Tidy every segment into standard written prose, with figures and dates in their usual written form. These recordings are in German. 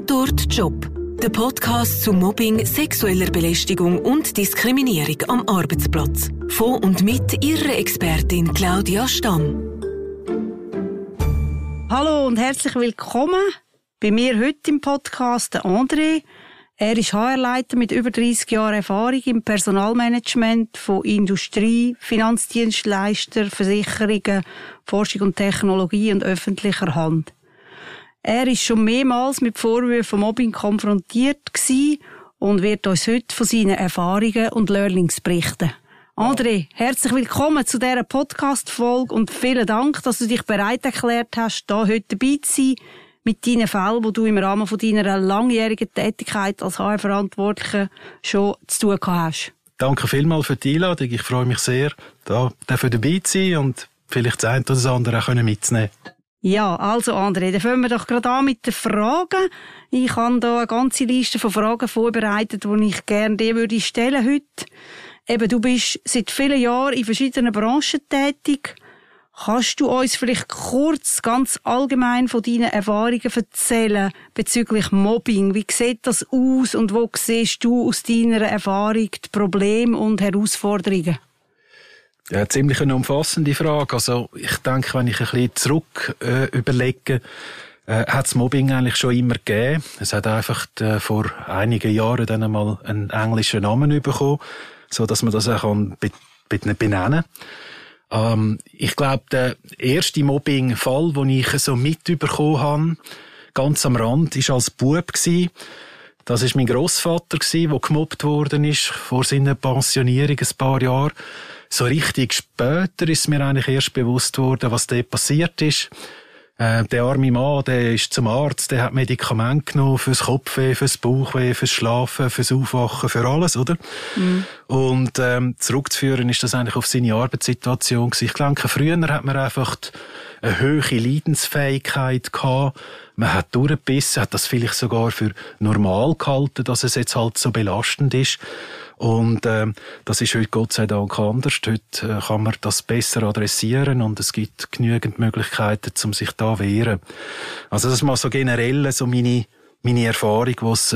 Tatort Job. Der Podcast zu Mobbing, sexueller Belästigung und Diskriminierung am Arbeitsplatz. Von und mit Ihrer Expertin Claudia Stamm. Hallo und herzlich willkommen. Bei mir heute im Podcast der André. Er ist HR-Leiter mit über 30 Jahren Erfahrung im Personalmanagement von Industrie, Finanzdienstleister, Versicherungen, Forschung und Technologie und öffentlicher Hand. Er ist schon mehrmals mit Vorwürfen von Mobbing konfrontiert gewesen und wird uns heute von seinen Erfahrungen und Learnings berichten. André, herzlich willkommen zu dieser Podcast-Folge und vielen Dank, dass du dich bereit erklärt hast, hier heute dabei zu sein mit deinen Fällen, die du im Rahmen von deiner langjährigen Tätigkeit als HR-Verantwortlicher schon zu tun hast. Danke vielmals für die Einladung. Ich freue mich sehr, da dabei zu sein und vielleicht das eine oder das andere auch mitzunehmen. Ja, also André, dann fangen wir doch gerade an mit den Fragen. Ich habe da eine ganze Liste von Fragen vorbereitet, die ich gerne dir stellen würde heute. Eben, du bist seit vielen Jahren in verschiedenen Branchen tätig. Kannst du uns vielleicht kurz, ganz allgemein von deinen Erfahrungen erzählen bezüglich Mobbing? Wie sieht das aus und wo siehst du aus deiner Erfahrung die Probleme und Herausforderungen? Ja, ziemlich eine umfassende Frage. Also, ich denke, wenn ich ein bisschen zurück überlege, hat es Mobbing eigentlich schon immer gegeben. Es hat einfach vor einigen Jahren dann einmal einen englischen Namen bekommen, so dass man das auch benennen kann. Ich glaube, der erste Mobbing-Fall, den ich so mitbekommen habe, ganz am Rand, war als Bub. Das war mein Grossvater, der gemobbt worden ist vor seiner Pensionierung ein paar Jahre. So richtig später ist mir eigentlich erst bewusst worden, was dort passiert ist. Der arme Mann, der ist zum Arzt, der hat Medikamente genommen fürs Kopfweh, fürs Bauchweh, fürs Schlafen, fürs Aufwachen, für alles, oder? Mhm. Und zurückzuführen ist das eigentlich auf seine Arbeitssituation gewesen. Ich denke, früher hat man einfach eine hohe Leidensfähigkeit gehabt. Man hat durchgebissen, hat das vielleicht sogar für normal gehalten, dass es jetzt halt so belastend ist. Und das ist heute Gott sei Dank anders. Heute kann man das besser adressieren und es gibt genügend Möglichkeiten, um sich da zu wehren. Also das ist mal so generell so meine Erfahrung, was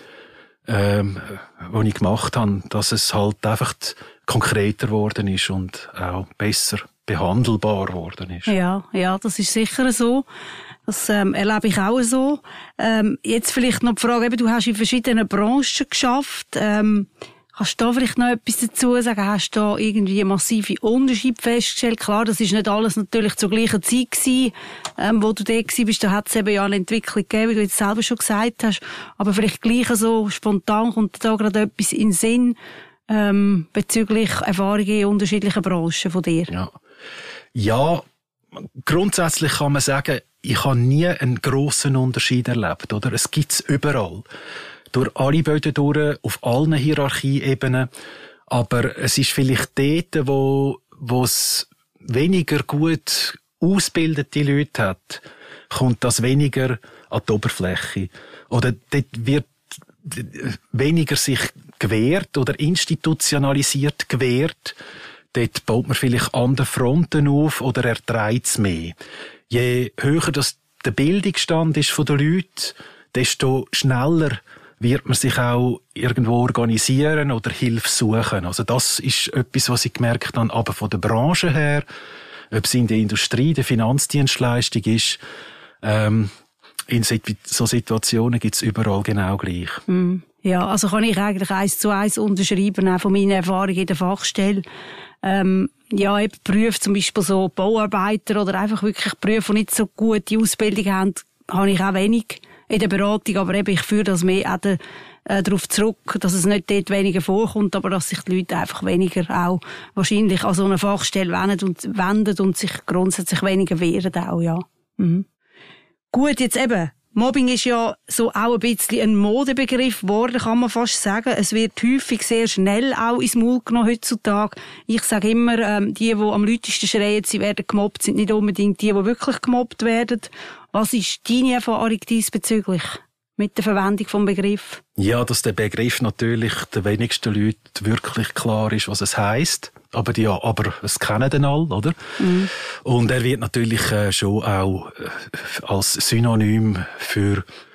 ich gemacht habe, dass es halt einfach konkreter geworden ist und auch besser behandelbar geworden ist. Ja, das ist sicher so. Das erlebe ich auch so. Jetzt vielleicht noch die Frage, eben, du hast in verschiedenen Branchen geschafft. Kannst du da vielleicht noch etwas dazu sagen? Hast du da irgendwie massive Unterschiede festgestellt? Klar, das ist nicht alles natürlich zur gleichen Zeit gewesen, wo du da warst. Da hat es eben ja eine Entwicklung gegeben, wie du jetzt selber schon gesagt hast. Aber vielleicht gleich so spontan kommt da gerade etwas in den Sinn, bezüglich Erfahrungen in unterschiedlichen Branchen von dir. Ja, grundsätzlich kann man sagen, ich habe nie einen grossen Unterschied erlebt, oder? Es gibt's überall. Durch alle Böden durch, auf allen Hierarchieebenen. Aber es ist vielleicht dort, wo es weniger gut ausgebildete Leute hat, kommt das weniger an die Oberfläche. Oder dort wird weniger sich gewehrt oder institutionalisiert gewehrt. Dort baut man vielleicht andere Fronten auf oder erträgt es mehr. Je höher das der Bildungsstand ist von den Leuten, desto schneller wird man sich auch irgendwo organisieren oder Hilfe suchen. Also das ist etwas, was ich gemerkt habe, aber von der Branche her, ob es in der Industrie, der Finanzdienstleistung ist, in so Situationen gibt es überall genau gleich. Ja, also kann ich eigentlich 1:1 unterschreiben, auch von meinen Erfahrungen in der Fachstelle. Eben Berufe, zum Beispiel so Bauarbeiter oder einfach wirklich Berufe, die nicht so gute Ausbildung haben, habe ich auch wenig in der Beratung, aber eben, ich führe das mehr auch darauf zurück, dass es nicht dort weniger vorkommt, aber dass sich die Leute einfach weniger auch wahrscheinlich an so eine Fachstelle wenden und sich grundsätzlich weniger wehren auch, ja. Mhm. Gut, jetzt eben, Mobbing ist ja so auch ein bisschen ein Modebegriff geworden, kann man fast sagen. Es wird häufig sehr schnell auch ins Maul genommen heutzutage. Ich sage immer, die am lautesten schreien, sie werden gemobbt, sind nicht unbedingt die wirklich gemobbt werden. Was ist deine Erfahrung diesbezüglich mit der Verwendung des Begriffs? Ja, dass der Begriff natürlich den wenigsten Leuten wirklich klar ist, was es heisst. Aber es kennen den alle, oder? Mhm. Und er wird natürlich schon auch als Synonym für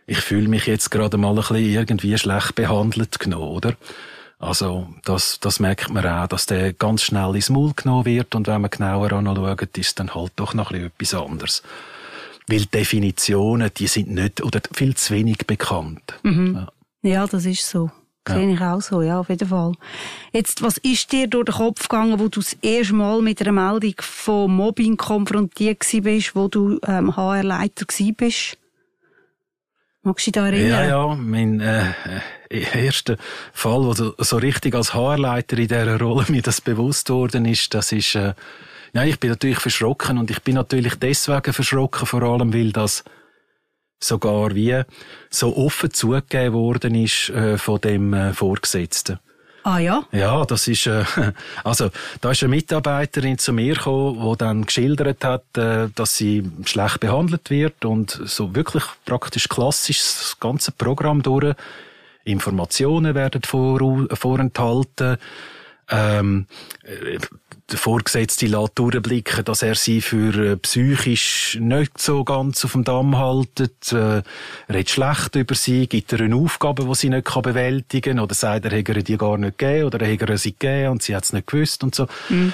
ich fühle mich jetzt gerade mal ein bisschen irgendwie schlecht behandelt genommen, oder? Also, das merkt man auch, dass der ganz schnell ins Maul genommen wird und wenn man genauer anschaut, ist es dann halt doch noch ein bisschen etwas anderes. Weil Definitionen, die sind nicht oder viel zu wenig bekannt. Mhm. Ja, das ist so. Sehe ich auch so, ja, auf jeden Fall. Jetzt, was ist dir durch den Kopf gegangen, wo du das erste Mal mit einer Meldung von Mobbing konfrontiert warst, wo du HR-Leiter warst? Magst du dich da erinnern? Ja, mein erster Fall, wo so richtig als HR-Leiter in dieser Rolle mir das bewusst worden ist, das ist, ich bin natürlich verschrocken und ich bin natürlich deswegen verschrocken, vor allem, weil das sogar wie so offen zugegeben worden ist von dem Vorgesetzten. Ah ja? Ja, das ist, also da ist eine Mitarbeiterin zu mir gekommen, die dann geschildert hat, dass sie schlecht behandelt wird und so wirklich praktisch klassisch das ganze Programm durch. Informationen werden vorenthalten. Der Vorgesetzte lässt durchblicken, dass er sie für psychisch nicht so ganz auf dem Damm haltet, redet schlecht über sie, gibt ihr eine Aufgabe, die sie nicht bewältigen kann, oder sagt, er hätte die gar nicht gegeben, oder er hätte sie gegeben und sie hat es nicht gewusst und so. Mhm.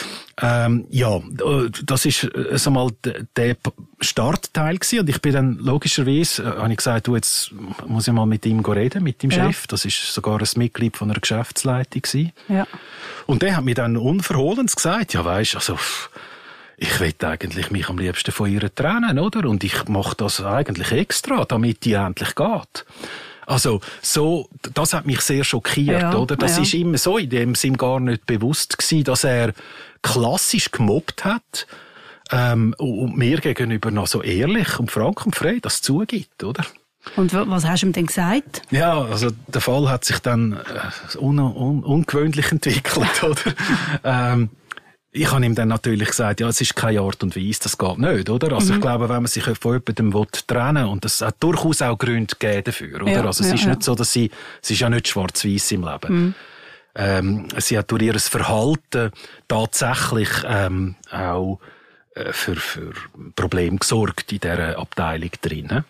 Das ist so mal der Startteil gewesen. Und ich bin dann logischerweise, habe ich gesagt, du, jetzt muss ich mal mit ihm reden, mit dem Chef. Das ist sogar ein Mitglied von einer Geschäftsleitung gewesen. Ja. Und der hat mir dann unverhohlen gesagt, ja weisst, also, ich will eigentlich mich am liebsten von ihr trennen, oder? Und ich mache das eigentlich extra, damit die endlich geht. Also, so, das hat mich sehr schockiert, oder? Das ist immer so in dem Sinn gar nicht bewusst gewesen, dass er klassisch gemobbt hat, und mir gegenüber noch so ehrlich und frank und frei das zugibt, oder? Und was hast du ihm denn gesagt? Ja, also, der Fall hat sich dann, ungewöhnlich entwickelt, oder? Ich habe ihm dann natürlich gesagt, ja, es ist keine Art und Weise, das geht nicht, oder? Also ich glaube, wenn man sich von jemandem trennen will, und es hat durchaus auch Gründe gegeben dafür, oder? Also es ist nicht so, dass es ist ja nicht schwarz-weiss im Leben. Sie hat durch ihr Verhalten tatsächlich auch für Probleme gesorgt in dieser Abteilung drin.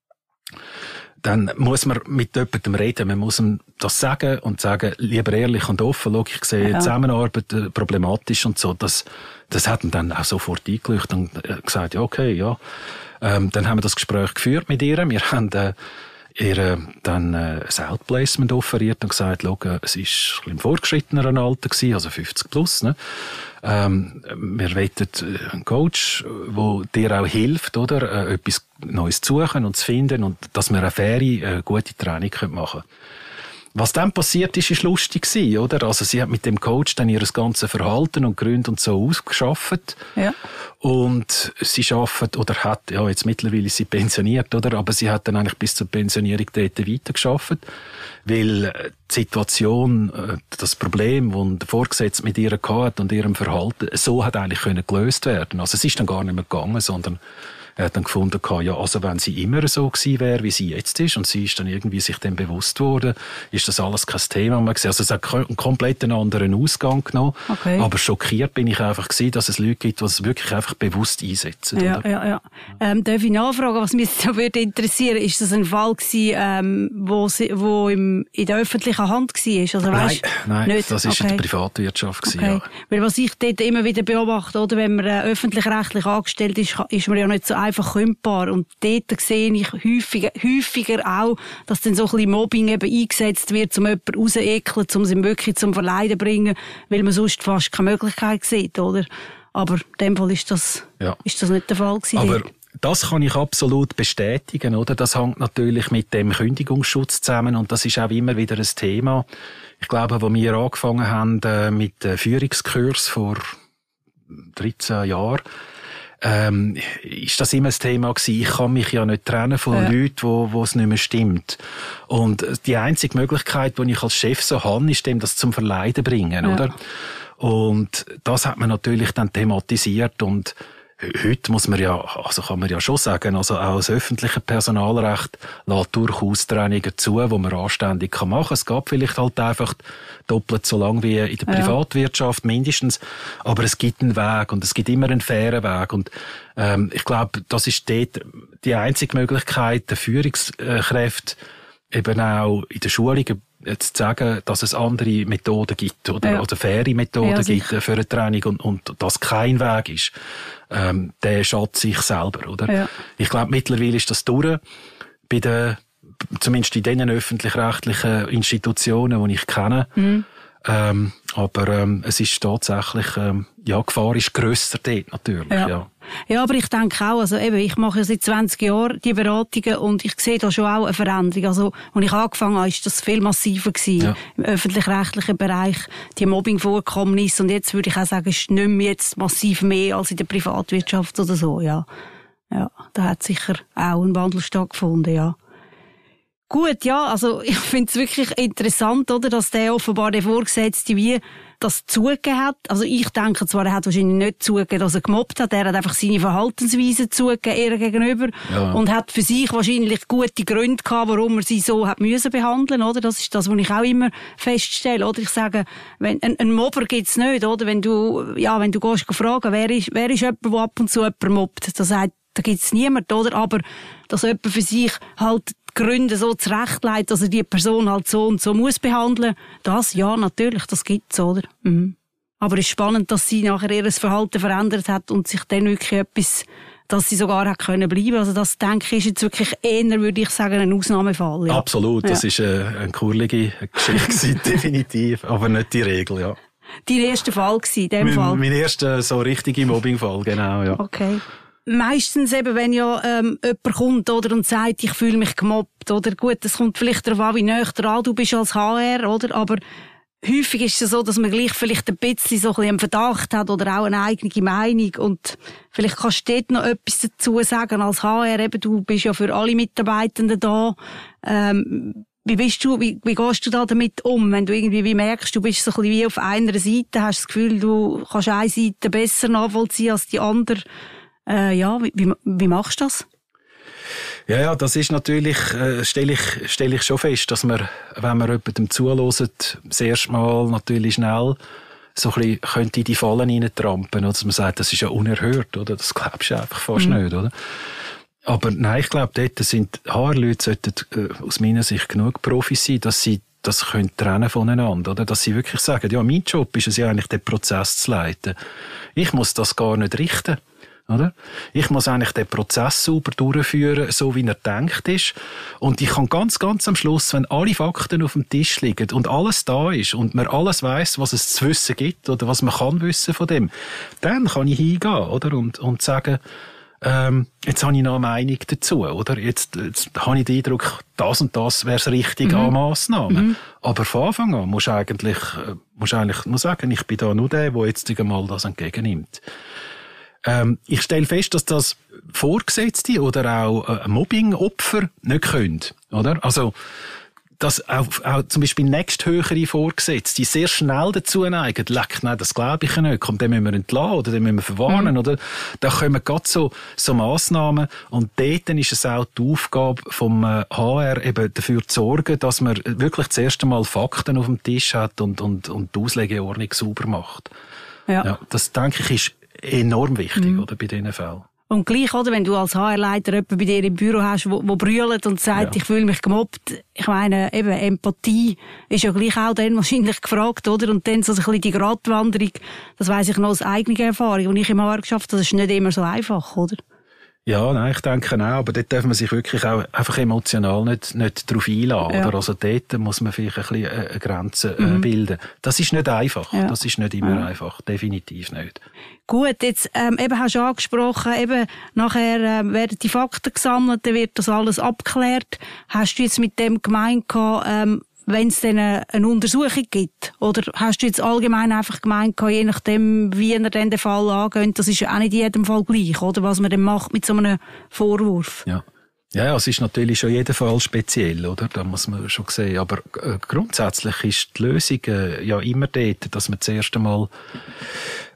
Dann muss man mit jemandem reden. Man muss ihm das sagen und sagen, lieber ehrlich und offen, schau, ich sehe Zusammenarbeit problematisch und so. Das hat ihn dann auch sofort eingeleuchtet und gesagt, ja, okay, ja. Dann haben wir das Gespräch geführt mit ihr. Wir haben ihr dann ein Outplacement offeriert und gesagt, schau, es ist im fortgeschritteneren Alter gewesen, also 50 plus, ne? Wir wollen einen Coach, der dir auch hilft, oder? Etwas Neues zu suchen und zu finden und dass wir eine faire, gute Training machen können. Was dann passiert ist, ist lustig gewesen, oder? Also sie hat mit dem Coach dann ihr ganzes Verhalten und Gründe und so ausgeschafft. Ja. Und sie schafft oder hat, ja, jetzt mittlerweile ist sie pensioniert, oder? Aber sie hat dann eigentlich bis zur Pensionierung dort weitergearbeitet. Weil die Situation, das Problem, das der Vorgesetzte mit ihr hatte und ihrem Verhalten, so hat eigentlich gelöst werden. Also es ist dann gar nicht mehr gegangen, sondern er hat dann gefunden, ja, also wenn sie immer so gewesen wäre, wie sie jetzt ist, und sie ist dann irgendwie sich dem bewusst worden, ist das alles kein Thema mehr gewesen. Also es hat einen komplett anderen Ausgang genommen. Okay. Aber schockiert bin ich einfach gewesen, dass es Leute gibt, die es wirklich einfach bewusst einsetzen. Ja, oder? Ja. Darf ich nachfragen, was mich so würde interessieren, ist das ein Fall gewesen, wo in der öffentlichen Hand war? Also, weißt, nein, nicht? Das ist in der Privatwirtschaft gewesen, ja. Weil was ich dort immer wieder beobachte, oder, wenn man öffentlich-rechtlich angestellt ist man ja nicht so einfach kündbar. Und dort sehe ich häufiger auch, dass dann so ein bisschen Mobbing eben eingesetzt wird, um jemanden rauszuekeln, um sie wirklich zum Verleiden zu bringen, weil man sonst fast keine Möglichkeit sieht, oder? Aber in dem Fall ist das nicht der Fall gewesen. Aber das kann ich absolut bestätigen, oder? Das hängt natürlich mit dem Kündigungsschutz zusammen und das ist auch immer wieder ein Thema. Ich glaube, als wir angefangen haben mit Führungskurs vor 13 Jahren, ist das immer ein Thema gewesen. Ich kann mich ja nicht trennen von Leuten, wo es nicht mehr stimmt. Und die einzige Möglichkeit, die ich als Chef so habe, ist dem das zum Verleiden bringen, oder? Und das hat man natürlich dann thematisiert und heute muss man ja, also kann man ja schon sagen, also auch das öffentliche Personalrecht lässt durchaus Trennungen zu, wo man anständig machen kann. Es geht vielleicht halt einfach doppelt so lang wie in der Privatwirtschaft mindestens, aber es gibt einen Weg und es gibt immer einen fairen Weg und ich glaube, das ist dort die einzige Möglichkeit, den Führungskräften eben auch in der Schulung zu sagen, dass es andere Methoden gibt oder faire Methoden gibt für eine Training und dass kein Weg ist, der schadet sich selber, oder? Ja. Ich glaube, mittlerweile ist das durch, zumindest in den öffentlich-rechtlichen Institutionen, die ich kenne. Aber es ist tatsächlich, Gefahr ist grösser dort natürlich, Ja, aber ich denke auch, also eben, ich mache ja seit 20 Jahren die Beratungen und ich sehe da schon auch eine Veränderung. Also, als ich angefangen habe, ist das viel massiver gewesen, im öffentlich-rechtlichen Bereich, die Mobbing-Vorkommnisse. Und jetzt würde ich auch sagen, ist nicht mehr jetzt massiv mehr als in der Privatwirtschaft oder so, ja. Ja, da hat sicher auch ein Wandel stattgefunden, ja. Gut, ja, also ich finde es wirklich interessant, oder, dass der offenbar der Vorgesetzte wie das zugegeben hat. Also ich denke zwar, er hat wahrscheinlich nicht zugegeben, dass er gemobbt hat, er hat einfach seine Verhaltensweise zugegeben ihr gegenüber und hat für sich wahrscheinlich gute Gründe gehabt, warum er sie so hat müssen behandeln, oder? Das ist das, was ich auch immer feststelle, oder? Ich sage, wenn ein Mobber gibt's nicht, oder? Wenn du gehst fragen, wer ist jemand, der ab und zu jemanden mobbt, da gibt's niemand, oder? Aber dass jemand für sich halt Gründe so zurechtlegt, dass er die Person halt so und so muss behandeln, das, ja, natürlich, das gibt's, oder? Mhm. Aber es ist spannend, dass sie nachher ihr Verhalten verändert hat und sich dann wirklich etwas, dass sie sogar hat können bleiben. Also das, denke ich, ist jetzt wirklich eher, würde ich sagen, ein Ausnahmefall. Ja. Absolut, das ist eine kurlige Geschichte, definitiv, aber nicht die Regel, ja. Dein erster Fall gewesen, in dem Fall? Mein erster so richtiger Mobbingfall, genau, ja. Okay. Meistens eben, wenn jemand kommt, oder, und sagt, ich fühle mich gemobbt, oder, gut, das kommt vielleicht darauf an, wie nahe dran du bist als HR, oder, aber häufig ist es so, dass man gleich vielleicht ein bisschen so ein bisschen einen Verdacht hat oder auch eine eigene Meinung und vielleicht kannst du dort noch etwas dazu sagen als HR, eben, du bist ja für alle Mitarbeitenden da, wie gehst du da damit um, wenn du irgendwie wie merkst, du bist so ein bisschen wie auf einer Seite, hast das Gefühl, du kannst eine Seite besser nachvollziehen als die andere? Wie machst du das? Ja, das ist natürlich, stelle ich schon fest, dass man, wenn man jemandem zuhört, das erste Mal natürlich schnell so ein bisschen könnte in die Fallen reintrampen, oder dass man sagt, das ist ja unerhört, oder? Das glaubst du einfach fast nicht, oder? Aber nein, ich glaube, dort sind HR-Leute sollten aus meiner Sicht genug Profis sein, dass sie das können trennen voneinander, oder? Dass sie wirklich sagen, ja, mein Job ist es ja eigentlich, den Prozess zu leiten. Ich muss das gar nicht richten. Oder? Ich muss eigentlich den Prozess sauber durchführen, so wie er gedacht ist. Und ich kann ganz, ganz am Schluss, wenn alle Fakten auf dem Tisch liegen und alles da ist und man alles weiss, was es zu wissen gibt oder was man kann wissen von dem, dann kann ich hingehen, oder? Und sagen, jetzt habe ich noch eine Meinung dazu, oder? Jetzt habe ich den Eindruck, das und das wäre das Richtige an Massnahmen. Aber von Anfang an musst du eigentlich nur sagen, ich bin da nur der jetzt mal das entgegennimmt. Ich stelle fest, dass das Vorgesetzte oder auch Mobbing-Opfer nicht können, oder? Also, dass auch zum Beispiel nächsthöhere Vorgesetzte sehr schnell dazu neigen, nein, das glaube ich nicht, komm, den müssen wir entlassen oder den müssen wir verwarnen, oder? Da kommen gerade so Massnahmen und dort ist es auch die Aufgabe vom HR eben dafür zu sorgen, dass man wirklich das erste Mal Fakten auf dem Tisch hat und die Auslegeordnung sauber macht. Ja, das denke ich ist enorm wichtig, oder, bei diesen Fällen. Und gleich, oder, wenn du als HR-Leiter jemanden bei dir im Büro hast, wo brüllt und sagt, ich fühle mich gemobbt. Ich meine, eben, Empathie ist ja gleich auch dann wahrscheinlich gefragt, oder? Und dann so ein bisschen die Gratwanderung, das weiss ich noch aus eigener Erfahrung, die ich im HR geschafft habe, das ist nicht immer so einfach, oder? Ja, nein, ich denke auch, aber dort darf man sich wirklich auch einfach emotional nicht drauf einladen, oder? Also dort muss man vielleicht ein bisschen eine Grenze bilden. Das ist nicht einfach. Ja. Das ist nicht immer einfach. Definitiv nicht. Gut, jetzt, eben hast du angesprochen, eben, nachher, werden die Fakten gesammelt, dann wird das alles abgeklärt. Hast du jetzt mit dem gemeint gehabt, wenn es dann eine Untersuchung gibt? Oder hast du jetzt allgemein einfach gemeint, je nachdem, wie er dann den Fall angeht, das ist ja auch nicht in jedem Fall gleich, oder? Was man dann macht mit so einem Vorwurf. Ja, es ist natürlich schon jeder Fall speziell, oder? Da muss man schon sehen. Aber grundsätzlich ist die Lösung ja immer dort, dass man zuerst einmal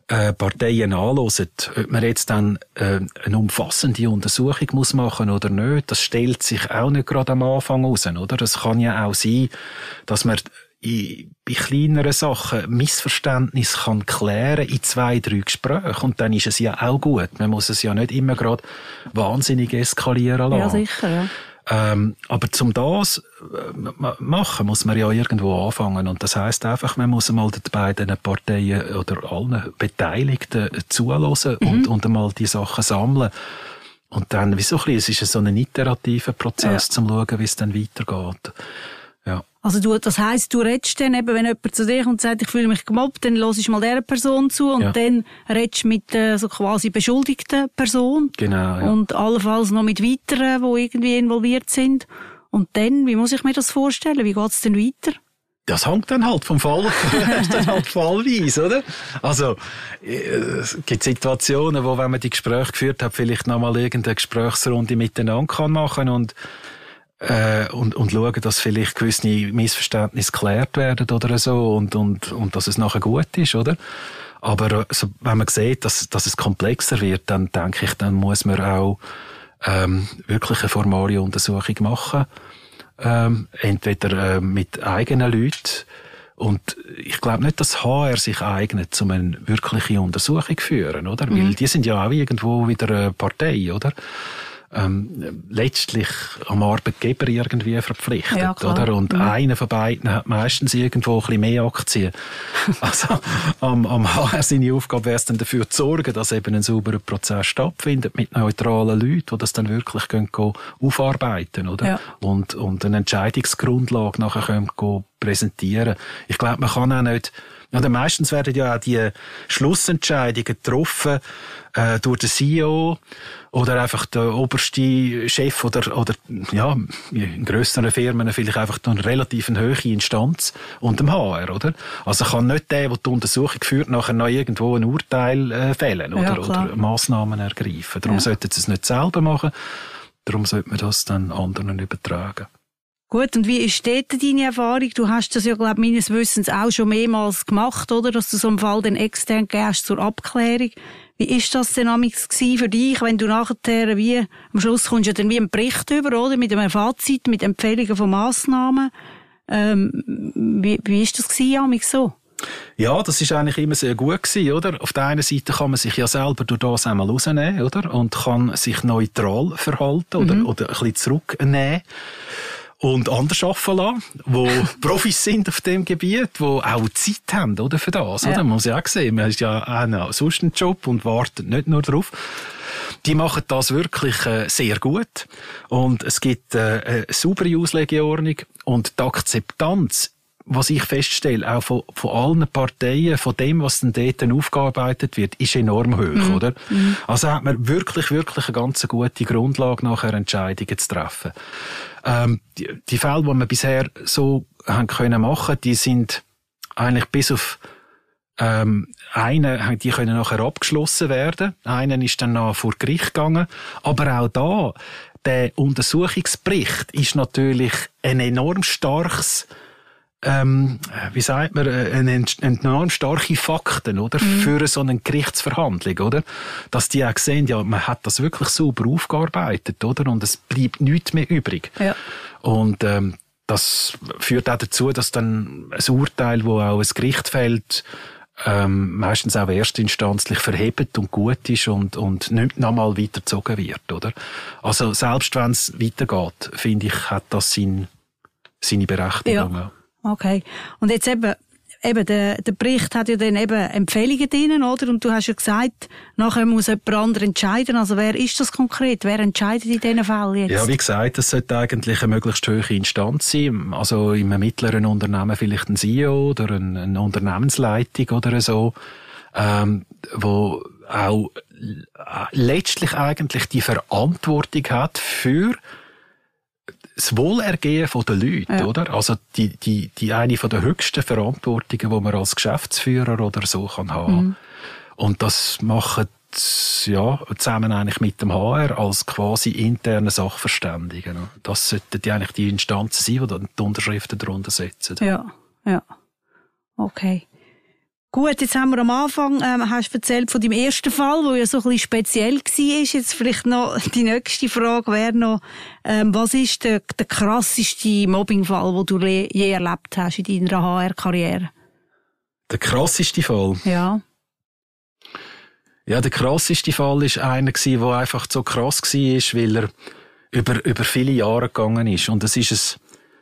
Parteien anhören, ob man jetzt dann eine umfassende Untersuchung muss machen oder nicht, das stellt sich auch nicht gerade am Anfang raus, oder? Es kann ja auch sein, dass man bei kleineren Sachen Missverständnis kann klären in 2-3 Gesprächen. Und dann ist es ja auch gut. Man muss es ja nicht immer gerade wahnsinnig eskalieren lassen. Ja, sicher, ja. Aber zum das machen, muss man ja irgendwo anfangen. Und das heisst einfach, man muss einmal den beiden Parteien oder allen Beteiligten zuhören und einmal die Sachen sammeln. Und dann, wie so ein bisschen, es ist so ein iterativer Prozess, zum schauen, wie es dann weitergeht. Ja. Also das heisst, du redest dann eben, wenn jemand zu dir kommt und sagt, ich fühle mich gemobbt, dann hörst du mal dieser Person zu und dann redest du mit so quasi beschuldigten Person. Genau, ja. Und allenfalls noch mit weiteren, die irgendwie involviert sind. Und dann, wie muss ich mir das vorstellen? Wie geht's denn weiter? Das hängt dann halt vom Fall, dann halt fallweise, oder? Also, es gibt Situationen, wo, wenn man die Gespräche geführt hat, vielleicht nochmal irgendeine Gesprächsrunde miteinander kann machen und schauen, dass vielleicht gewisse Missverständnisse geklärt werden oder so und dass es nachher gut ist, oder? Aber wenn man sieht, dass es komplexer wird, dann denke ich, dann muss man auch wirklich eine formale Untersuchung machen. Entweder mit eigenen Leuten. Und ich glaube nicht, dass HR sich eignet, um eine wirkliche Untersuchung zu führen, oder? Weil die sind ja auch irgendwo wieder eine Partei, oder? Letztlich am Arbeitgeber irgendwie verpflichtet, ja, oder? Und einer von beiden hat meistens irgendwo ein bisschen mehr Aktien. Also, am HR seine Aufgabe wäre es dann dafür zu sorgen, dass eben ein sauberer Prozess stattfindet mit neutralen Leuten, die das dann wirklich gehen aufarbeiten, oder? Ja. Und eine Entscheidungsgrundlage nachher können präsentieren. Ich glaube, man kann auch nicht, oder meistens werden ja auch die Schlussentscheidungen getroffen durch den CEO oder einfach der oberste Chef oder ja, in grösseren Firmen vielleicht einfach eine relativ hohe Instanz und dem HR, oder? Also kann nicht der die Untersuchung führt, nachher noch irgendwo ein Urteil fällen oder Massnahmen ergreifen. Darum sollten sie es nicht selber machen, darum sollte man das dann anderen übertragen. Gut, und wie ist dort deine Erfahrung? Du hast das ja, glaube ich, meines Wissens auch schon mehrmals gemacht, oder? Dass du so einen Fall dann extern gehst zur Abklärung. Wie ist das denn amigs für dich, wenn du nachher wie, am Schluss kommst du ja dann wie einen Bericht über, oder? Mit einem Fazit, mit Empfehlungen von Massnahmen. Wie ist das amigs so? Ja, das ist eigentlich immer sehr gut gewesen, oder? Auf der einen Seite kann man sich ja selber durch das einmal rausnehmen, oder? Und kann sich neutral verhalten oder ein bisschen zurücknehmen. Und anders arbeiten lassen, die Profis sind auf dem Gebiet, die auch Zeit haben, oder, für das, oder? Man muss ja auch sehen, man hat ja auch noch sonst einen Job und wartet nicht nur drauf. Die machen das wirklich sehr gut. Und es gibt eine saubere Auslegeordnung und die Akzeptanz, was ich feststelle, auch von allen Parteien, von dem, was dann dort aufgearbeitet wird, ist enorm hoch, oder? Also hat man wirklich eine ganz gute Grundlage, nachher Entscheidungen zu treffen. Die Fälle, die wir bisher so haben können machen, die sind eigentlich bis auf einen, die können nachher abgeschlossen werden. Einen ist dann noch vor Gericht gegangen. Aber auch da, der Untersuchungsbericht ist natürlich ein enorm starkes wie sagt man, eine enorm starke Fakten, oder? Für so eine Gerichtsverhandlung, oder? Dass die auch sehen, ja, man hat das wirklich sauber aufgearbeitet, oder? Und es bleibt nichts mehr übrig. Ja. Und, das führt auch dazu, dass dann ein Urteil, wo auch ein Gericht fällt, meistens auch erstinstanzlich verhebt und gut ist und nicht nochmal weitergezogen wird, oder? Also, selbst wenn es weitergeht, finde ich, hat das seine Berechtigung. Ja. Okay. Und jetzt eben der Bericht hat ja dann eben Empfehlungen drin, oder? Und du hast ja gesagt, nachher muss jemand anderes entscheiden. Also wer ist das konkret? Wer entscheidet in diesen Fällen jetzt? Ja, wie gesagt, es sollte eigentlich eine möglichst hohe Instanz sein. Also in einem mittleren Unternehmen vielleicht ein CEO oder eine Unternehmensleitung oder so, wo auch letztlich eigentlich die Verantwortung hat für das Wohlergehen der Leute, oder? Also die eine von der höchsten Verantwortungen, die man als Geschäftsführer oder so kann haben. Und das machen zusammen eigentlich mit dem HR als quasi interne Sachverständigen. Das sollten eigentlich die Instanzen sein, die dann die Unterschriften darunter setzen. Ja. Okay. Gut, jetzt haben wir am Anfang, hast du erzählt von deinem ersten Fall, der ja so ein bisschen speziell war. Jetzt vielleicht noch die nächste Frage wäre noch, was ist der krasseste Mobbingfall, den du je erlebt hast in deiner HR-Karriere? Der krasseste Fall? Ja. Ja, der krasseste Fall war einer, der einfach so krass war, weil er über viele Jahre gegangen ist. Und es ist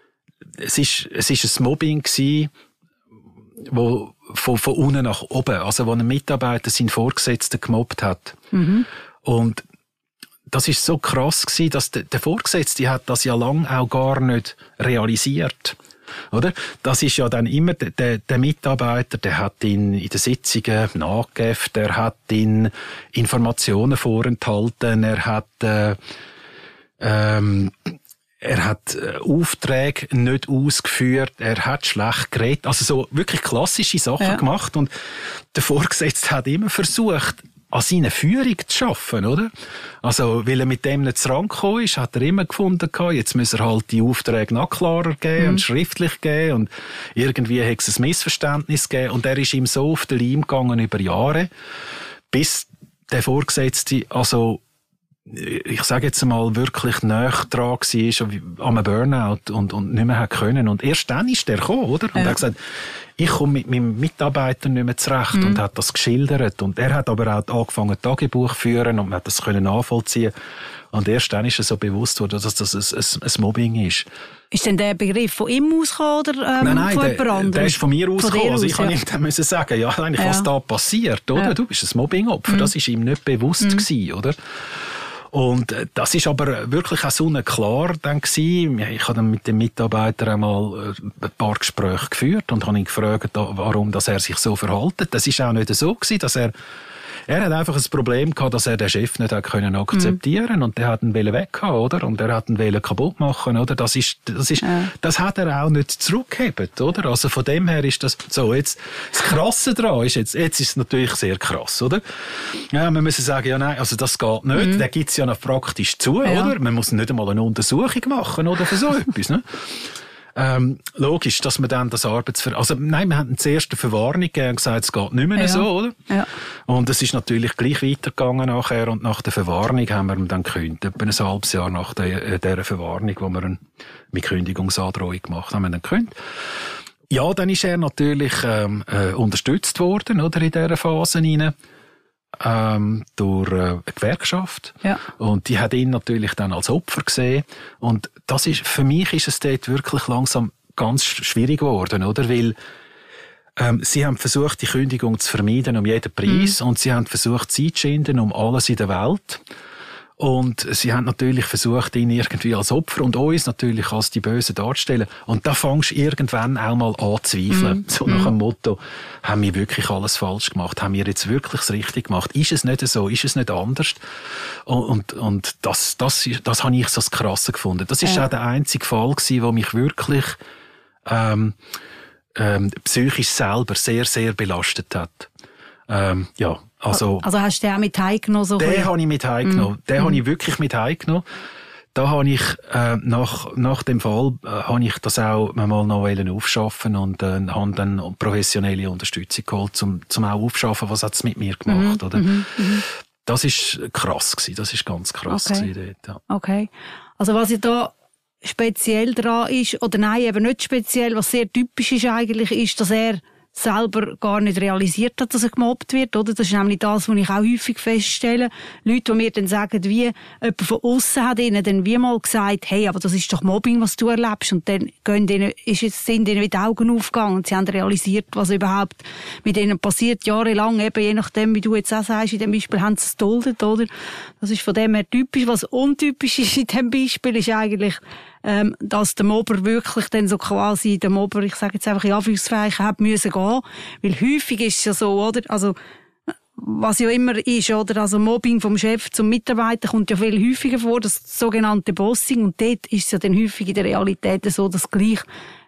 ein Mobbing gewesen, wo von unten nach oben, also wo ein Mitarbeiter seinen Vorgesetzten gemobbt hat. Mhm. Und das ist so krass gewesen, dass der Vorgesetzte hat das ja lang auch gar nicht realisiert. Oder? Das ist ja dann immer der Mitarbeiter, der hat ihn in den Sitzungen nachgegeben, der hat ihn Informationen vorenthalten, er hat Aufträge nicht ausgeführt, er hat schlecht geredet, also so wirklich klassische Sachen gemacht und der Vorgesetzte hat immer versucht, an seiner Führung zu arbeiten, oder? Also, weil er mit dem nicht zurangekommen ist, hat er immer gefunden, jetzt muss er halt die Aufträge noch klarer geben und schriftlich geben und irgendwie hat es ein Missverständnis gegeben und er ist ihm so auf den Leim gegangen über Jahre, bis der Vorgesetzte, also ich sage jetzt mal, wirklich nahe dran war an einem Burnout und nicht mehr können. Und erst dann ist der gekommen, oder? Und er hat gesagt, ich komme mit meinem Mitarbeiter nicht mehr zurecht und hat das geschildert. Und er hat aber auch angefangen, Tagebuch zu führen und man hat das können nachvollziehen. Und erst dann ist er so bewusst worden, dass das ein Mobbing ist. Ist denn der Begriff von ihm ausgekommen oder nein, von jemand anderem? Der ist von mir ausgekommen. Also ich kann ihm dann sagen, ja, eigentlich, was da passiert, oder? Ja. Du bist ein Mobbingopfer. Das ist ihm nicht bewusst gewesen, oder? Und das ist aber wirklich auch so klar dann gewesen. Ich habe dann mit dem Mitarbeiter einmal ein paar Gespräche geführt und habe ihn gefragt, warum dass er sich so verhält. Das ist auch nicht so gewesen, dass er hat einfach ein Problem gehabt, dass er den Chef nicht hat können akzeptieren und der hat ihn weg oder? Und er hat ihn kaputt machen, oder? Das hat er auch nicht zurückgehebt, oder? Also von dem her ist das so. Jetzt, das Krasse daran ist jetzt ist es natürlich sehr krass, oder? Ja, man muss sagen, ja, nein, also das geht nicht. Der gibt's ja noch praktisch zu, oder? Man muss nicht einmal eine Untersuchung machen, oder? Für so etwas, ne? Logisch, dass man dann das nein, wir haben zuerst eine Verwarnung gegeben und gesagt, es geht nicht mehr so, oder? Ja. Und es ist natürlich gleich weitergegangen nachher und nach der Verwarnung haben wir ihn dann gekündigt. Etwa ein halbes Jahr nach dieser Verwarnung, wo wir mit Kündigungsandrohung gemacht haben, wir ihn gekündigt. Ja, dann ist er natürlich unterstützt worden, oder, in dieser Phase hinein. Durch eine Gewerkschaft. Ja. Und die hat ihn natürlich dann als Opfer gesehen. Und für mich ist es dort wirklich langsam ganz schwierig geworden, oder? Weil, sie haben versucht, die Kündigung zu vermeiden um jeden Preis. Und sie haben versucht, Zeit zu schinden um alles in der Welt. Und sie haben natürlich versucht, ihn irgendwie als Opfer und uns natürlich als die Bösen darzustellen. Und da fängst du irgendwann auch mal an zu zweifeln. So nach dem Motto, haben wir wirklich alles falsch gemacht? Haben wir jetzt wirklich das Richtige gemacht? Ist es nicht so? Ist es nicht anders? Und das habe ich so das Krasse gefunden. Das ist auch der einzige Fall gewesen, der mich wirklich psychisch selber sehr, sehr belastet hat. Ja. Also hast du den auch mit heimgenommen? So den habe ich mit heimgenommen. Den habe ich wirklich mit heimgenommen. Da habe ich, nach dem Fall, habe ich das auch mal noch aufschaffen und, habe dann professionelle Unterstützung geholt, zum auch aufschaffen, was hat es mit mir gemacht, oder? Das ist krass gewesen. Das ist ganz krass gewesen dort, ja. Okay. Also was ja da speziell dran ist, oder nein, eben nicht speziell, was sehr typisch ist eigentlich, ist, dass er selber gar nicht realisiert hat, dass er gemobbt wird, oder? Das ist nämlich das, was ich auch häufig feststelle. Leute, die mir dann sagen, wie jemand von aussen hat ihnen dann wie mal gesagt, hey, aber das ist doch Mobbing, was du erlebst. Und dann sind ihnen wieder die Augen aufgegangen und sie haben realisiert, was überhaupt mit ihnen passiert. Jahrelang, eben, je nachdem, wie du jetzt auch sagst, in dem Beispiel haben sie es geduldet, oder? Das ist von dem her typisch. Was untypisch ist in dem Beispiel, ist eigentlich, dass der Mobber wirklich dann so quasi, der Mobber, ich sage jetzt einfach in Anführungszeichen, hat müssen gehen. Weil häufig ist es ja so, oder? Also, was ja immer ist, oder? Also Mobbing vom Chef zum Mitarbeiter kommt ja viel häufiger vor, das sogenannte Bossing. Und dort ist es ja dann häufig in der Realität so, dass gleich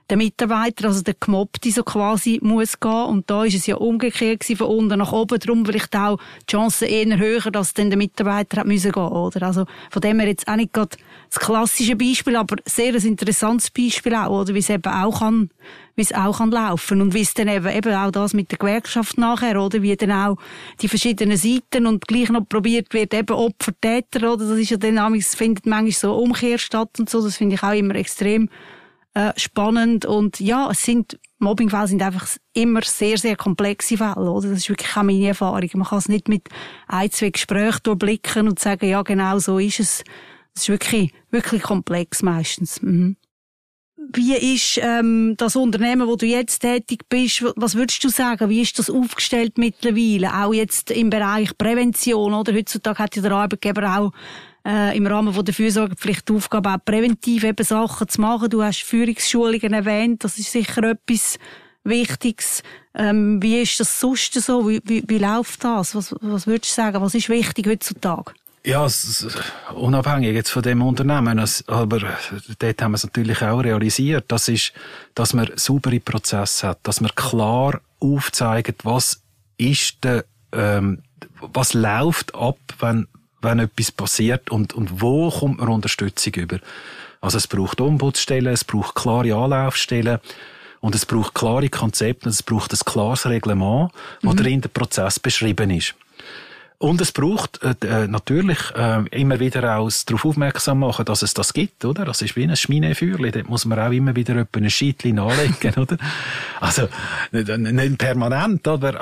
der Mitarbeiter, also der Gemobbte so quasi muss gehen. Und da ist es ja umgekehrt gewesen, von unten nach oben. Darum vielleicht auch die Chance eher höher, dass dann der Mitarbeiter hat müssen gehen, oder? Also von dem her jetzt auch nicht gerade das klassische Beispiel, aber sehr ein interessantes Beispiel auch, oder? Wie es eben auch kann, wie es auch kann laufen. Und wie es dann eben auch das mit der Gewerkschaft nachher, oder? Wie dann auch die verschiedenen Seiten und gleich noch probiert wird, eben Opfer, Täter, oder? Das ist ja dann, findet manchmal so Umkehr statt und so. Das finde ich auch immer extrem spannend. Und ja, Mobbingfälle sind einfach immer sehr, sehr komplexe Fälle, oder? Das ist wirklich auch meine Erfahrung. Man kann es nicht mit ein, zwei Gesprächen durchblicken und sagen, ja, genau so ist es. Das ist wirklich, wirklich komplex meistens. Mhm. Wie ist das Unternehmen, wo du jetzt tätig bist, was würdest du sagen, wie ist das aufgestellt mittlerweile? Auch jetzt im Bereich Prävention, oder? Heutzutage hat ja der Arbeitgeber auch im Rahmen von der Fürsorgepflicht die Aufgabe, auch präventiv eben Sachen zu machen. Du hast Führungsschulungen erwähnt, das ist sicher etwas Wichtiges. Wie ist das sonst so? Wie läuft das? Was würdest du sagen, was ist wichtig heutzutage? Ja, unabhängig jetzt von dem Unternehmen, aber dort haben wir es natürlich auch realisiert, das ist, dass man saubere Prozesse hat, dass man klar aufzeigt, was läuft ab, wenn etwas passiert und wo kommt man Unterstützung über. Also es braucht Ombudsstellen, es braucht klare Anlaufstellen und es braucht klare Konzepte, es braucht ein klares Reglement, wo darin der Prozess beschrieben ist. Und es braucht natürlich immer wieder auch darauf aufmerksam machen, dass es das gibt, oder? Das ist wie ein Schminefeuerli, dort muss man auch immer wieder ein Scheitchen anlegen, oder? Also nicht permanent, aber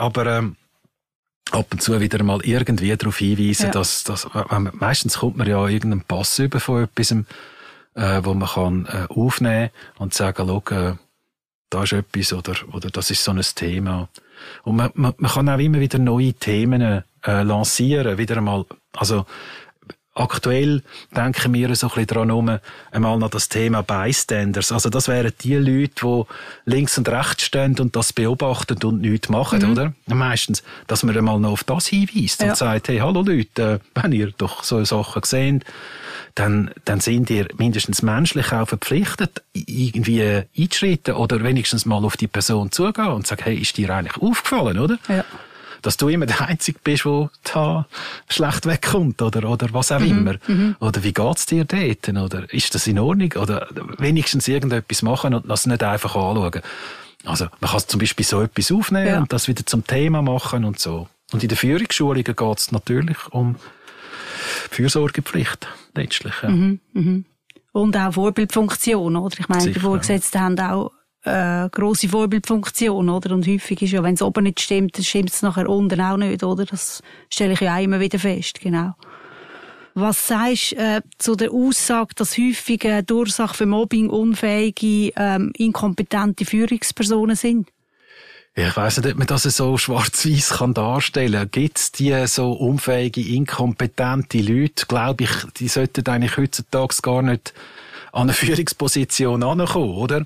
ab und zu wieder mal irgendwie darauf hinweisen, dass meistens kommt man ja irgendeinen Pass über von etwas, wo man kann aufnehmen und sagen, schau, da ist etwas oder das ist so ein Thema. Und man kann auch immer wieder neue Themen lancieren, wieder einmal, also aktuell denken wir so ein bisschen dran einmal noch das Thema Bystanders. Also das wären die Leute, die links und rechts stehen und das beobachten und nichts machen, oder? Meistens, dass man einmal noch auf das hinweist und sagt, hey, hallo Leute, wenn ihr doch so Sachen seht, dann sind ihr mindestens menschlich auch verpflichtet, irgendwie einzuschreiten oder wenigstens mal auf die Person zugehen und sagen, hey, ist dir eigentlich aufgefallen, oder? Ja. Dass du immer der Einzige bist, der da schlecht wegkommt, oder was auch immer. Oder wie geht's dir dort? Oder ist das in Ordnung? Oder wenigstens irgendetwas machen und das nicht einfach anschauen. Also, man kann zum Beispiel so etwas aufnehmen und das wieder zum Thema machen und so. Und in den Führungsschulungen geht's natürlich um Fürsorgepflicht, letztlich. Ja. Und auch Vorbildfunktion, oder? Ich meine, die Vorgesetzten haben auch grosse Vorbildfunktion, oder? Und häufig ist ja, wenn es oben nicht stimmt, dann stimmt es nachher unten auch nicht, oder? Das stelle ich ja auch immer wieder fest, genau. Was sagst du zu der Aussage, dass häufig die Ursache für Mobbing unfähige, inkompetente Führungspersonen sind? Ich weiss nicht, ob man das so schwarz-weiss darstellen kann. Gibt es die so unfähige, inkompetente Leute? Glaube ich, die sollten eigentlich heutzutage gar nicht an eine Führungsposition herankommen, oder?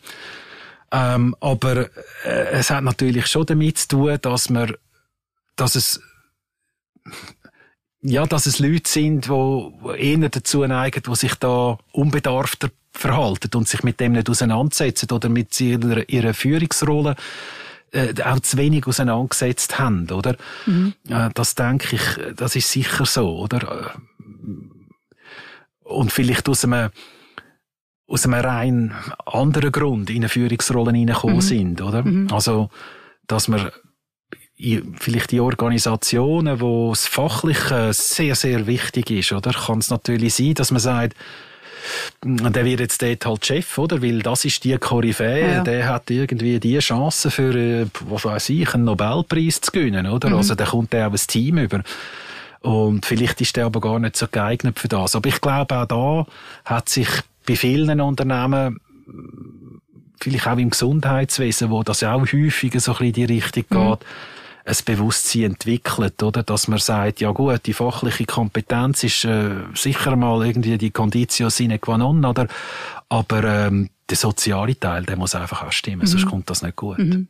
Aber es hat natürlich schon damit zu tun, dass es Leute sind, die eher dazu neigen, die sich da unbedarfter verhalten und sich mit dem nicht auseinandersetzen oder mit ihrer Führungsrolle auch zu wenig auseinandergesetzt haben, oder? Das denke ich, das ist sicher so, oder? Und vielleicht aus einem rein anderen Grund in eine Führungsrolle hineingekommen sind, oder? Also, dass man vielleicht die Organisationen, wo das Fachliche sehr, sehr wichtig ist, oder? Kann es natürlich sein, dass man sagt, der wird jetzt dort halt Chef, oder? Weil das ist die Koryphäe, der hat irgendwie die Chance für, was weiß ich, einen Nobelpreis zu gewinnen, oder? Also, der kommt der auch ein Team über. Und vielleicht ist der aber gar nicht so geeignet für das. Aber ich glaube, auch da hat sich bei vielen Unternehmen, vielleicht auch im Gesundheitswesen, wo das auch häufiger so ein bisschen in die Richtung geht, ein Bewusstsein entwickelt, oder? Dass man sagt, ja gut, die fachliche Kompetenz ist sicher mal irgendwie die Conditio sine qua non, oder? Aber der soziale Teil, der muss einfach auch stimmen, sonst kommt das nicht gut.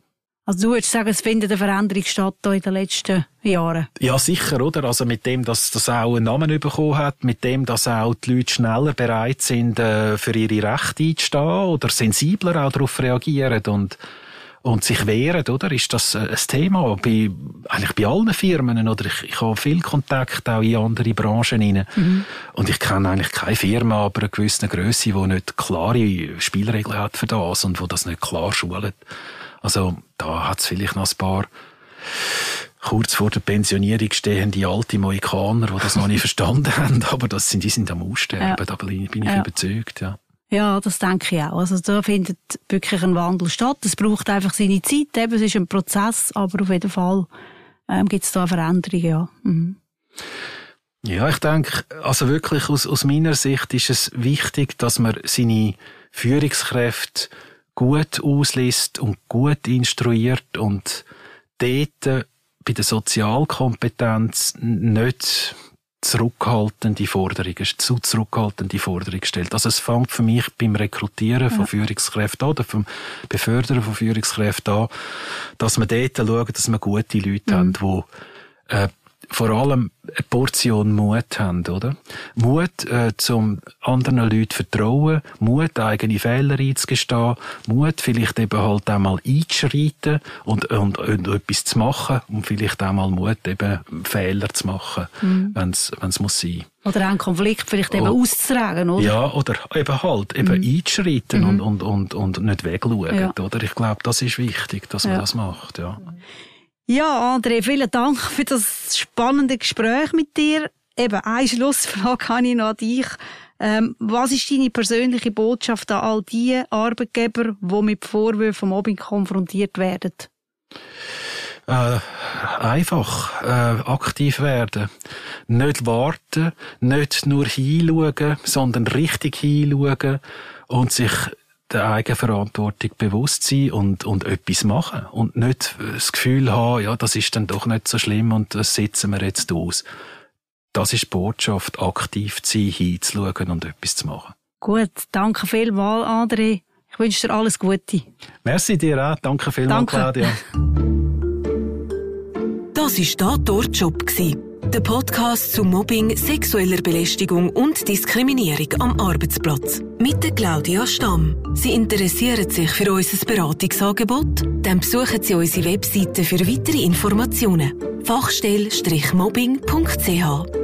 Also du würdest sagen, es findet eine Veränderung statt in den letzten Jahren? Ja, sicher, oder? Also mit dem, dass das auch einen Namen bekommen hat, mit dem, dass auch die Leute schneller bereit sind, für ihre Rechte einzustehen oder sensibler auch darauf reagieren und sich wehren, oder? Ist das ein Thema eigentlich bei allen Firmen, oder? Ich habe viel Kontakt auch in andere Branchen rein. Und ich kenne eigentlich keine Firma, aber eine gewisse Grösse, die nicht klare Spielregeln hat für das und wo das nicht klar schult. Also, da hat es vielleicht noch ein paar kurz vor der Pensionierung stehende alte Mohikaner, die das noch nicht verstanden haben, aber die sind am Aussterben, da bin ich überzeugt, ja. Ja, das denke ich auch. Also da findet wirklich ein Wandel statt. Es braucht einfach seine Zeit, eben, es ist ein Prozess, aber auf jeden Fall gibt es da eine Veränderung, ja. Ja, ich denke, also wirklich aus meiner Sicht ist es wichtig, dass man seine Führungskräfte gut ausliest und gut instruiert und dort bei der Sozialkompetenz nicht zu zurückhaltende Forderung stellt. Also es fängt für mich beim Rekrutieren von Führungskräften an, oder vom Befördern von Führungskräften an, dass wir dort schauen, dass wir gute Leute haben, die vor allem eine Portion Mut haben, oder? Mut, zum anderen Leuten vertrauen, Mut, eigene Fehler einzugestehen, Mut, vielleicht eben halt auch mal einzuschreiten und etwas zu machen und vielleicht auch mal Mut, eben Fehler zu machen, wenn's muss sein. Oder auch einen Konflikt vielleicht eben auszutragen, oder? Ja, oder eben halt, einzuschreiten und nicht wegschauen, oder? Ich glaube, das ist wichtig, dass man das macht, ja. Ja, André, vielen Dank für das spannende Gespräch mit dir. Eben, eine Schlussfrage habe ich noch an dich. Was ist deine persönliche Botschaft an all die Arbeitgeber, die mit Vorwürfen von Mobbing konfrontiert werden? Einfach aktiv werden. Nicht warten, nicht nur hinschauen, sondern richtig hinschauen und sich der Eigenverantwortung bewusst sein und etwas machen. Und nicht das Gefühl haben, ja, das ist dann doch nicht so schlimm und das setzen wir jetzt aus. Das ist die Botschaft, aktiv zu sein, hinzuschauen und etwas zu machen. Gut, danke vielmals, André. Ich wünsche dir alles Gute. Merci dir auch. Danke vielmals, Claudia. Das war «Tatort-Job», der Podcast zu Mobbing, sexueller Belästigung und Diskriminierung am Arbeitsplatz. Mit der Claudia Stamm. Sie interessieren sich für unser Beratungsangebot? Dann besuchen Sie unsere Webseite für weitere Informationen. Fachstelle-mobbing.ch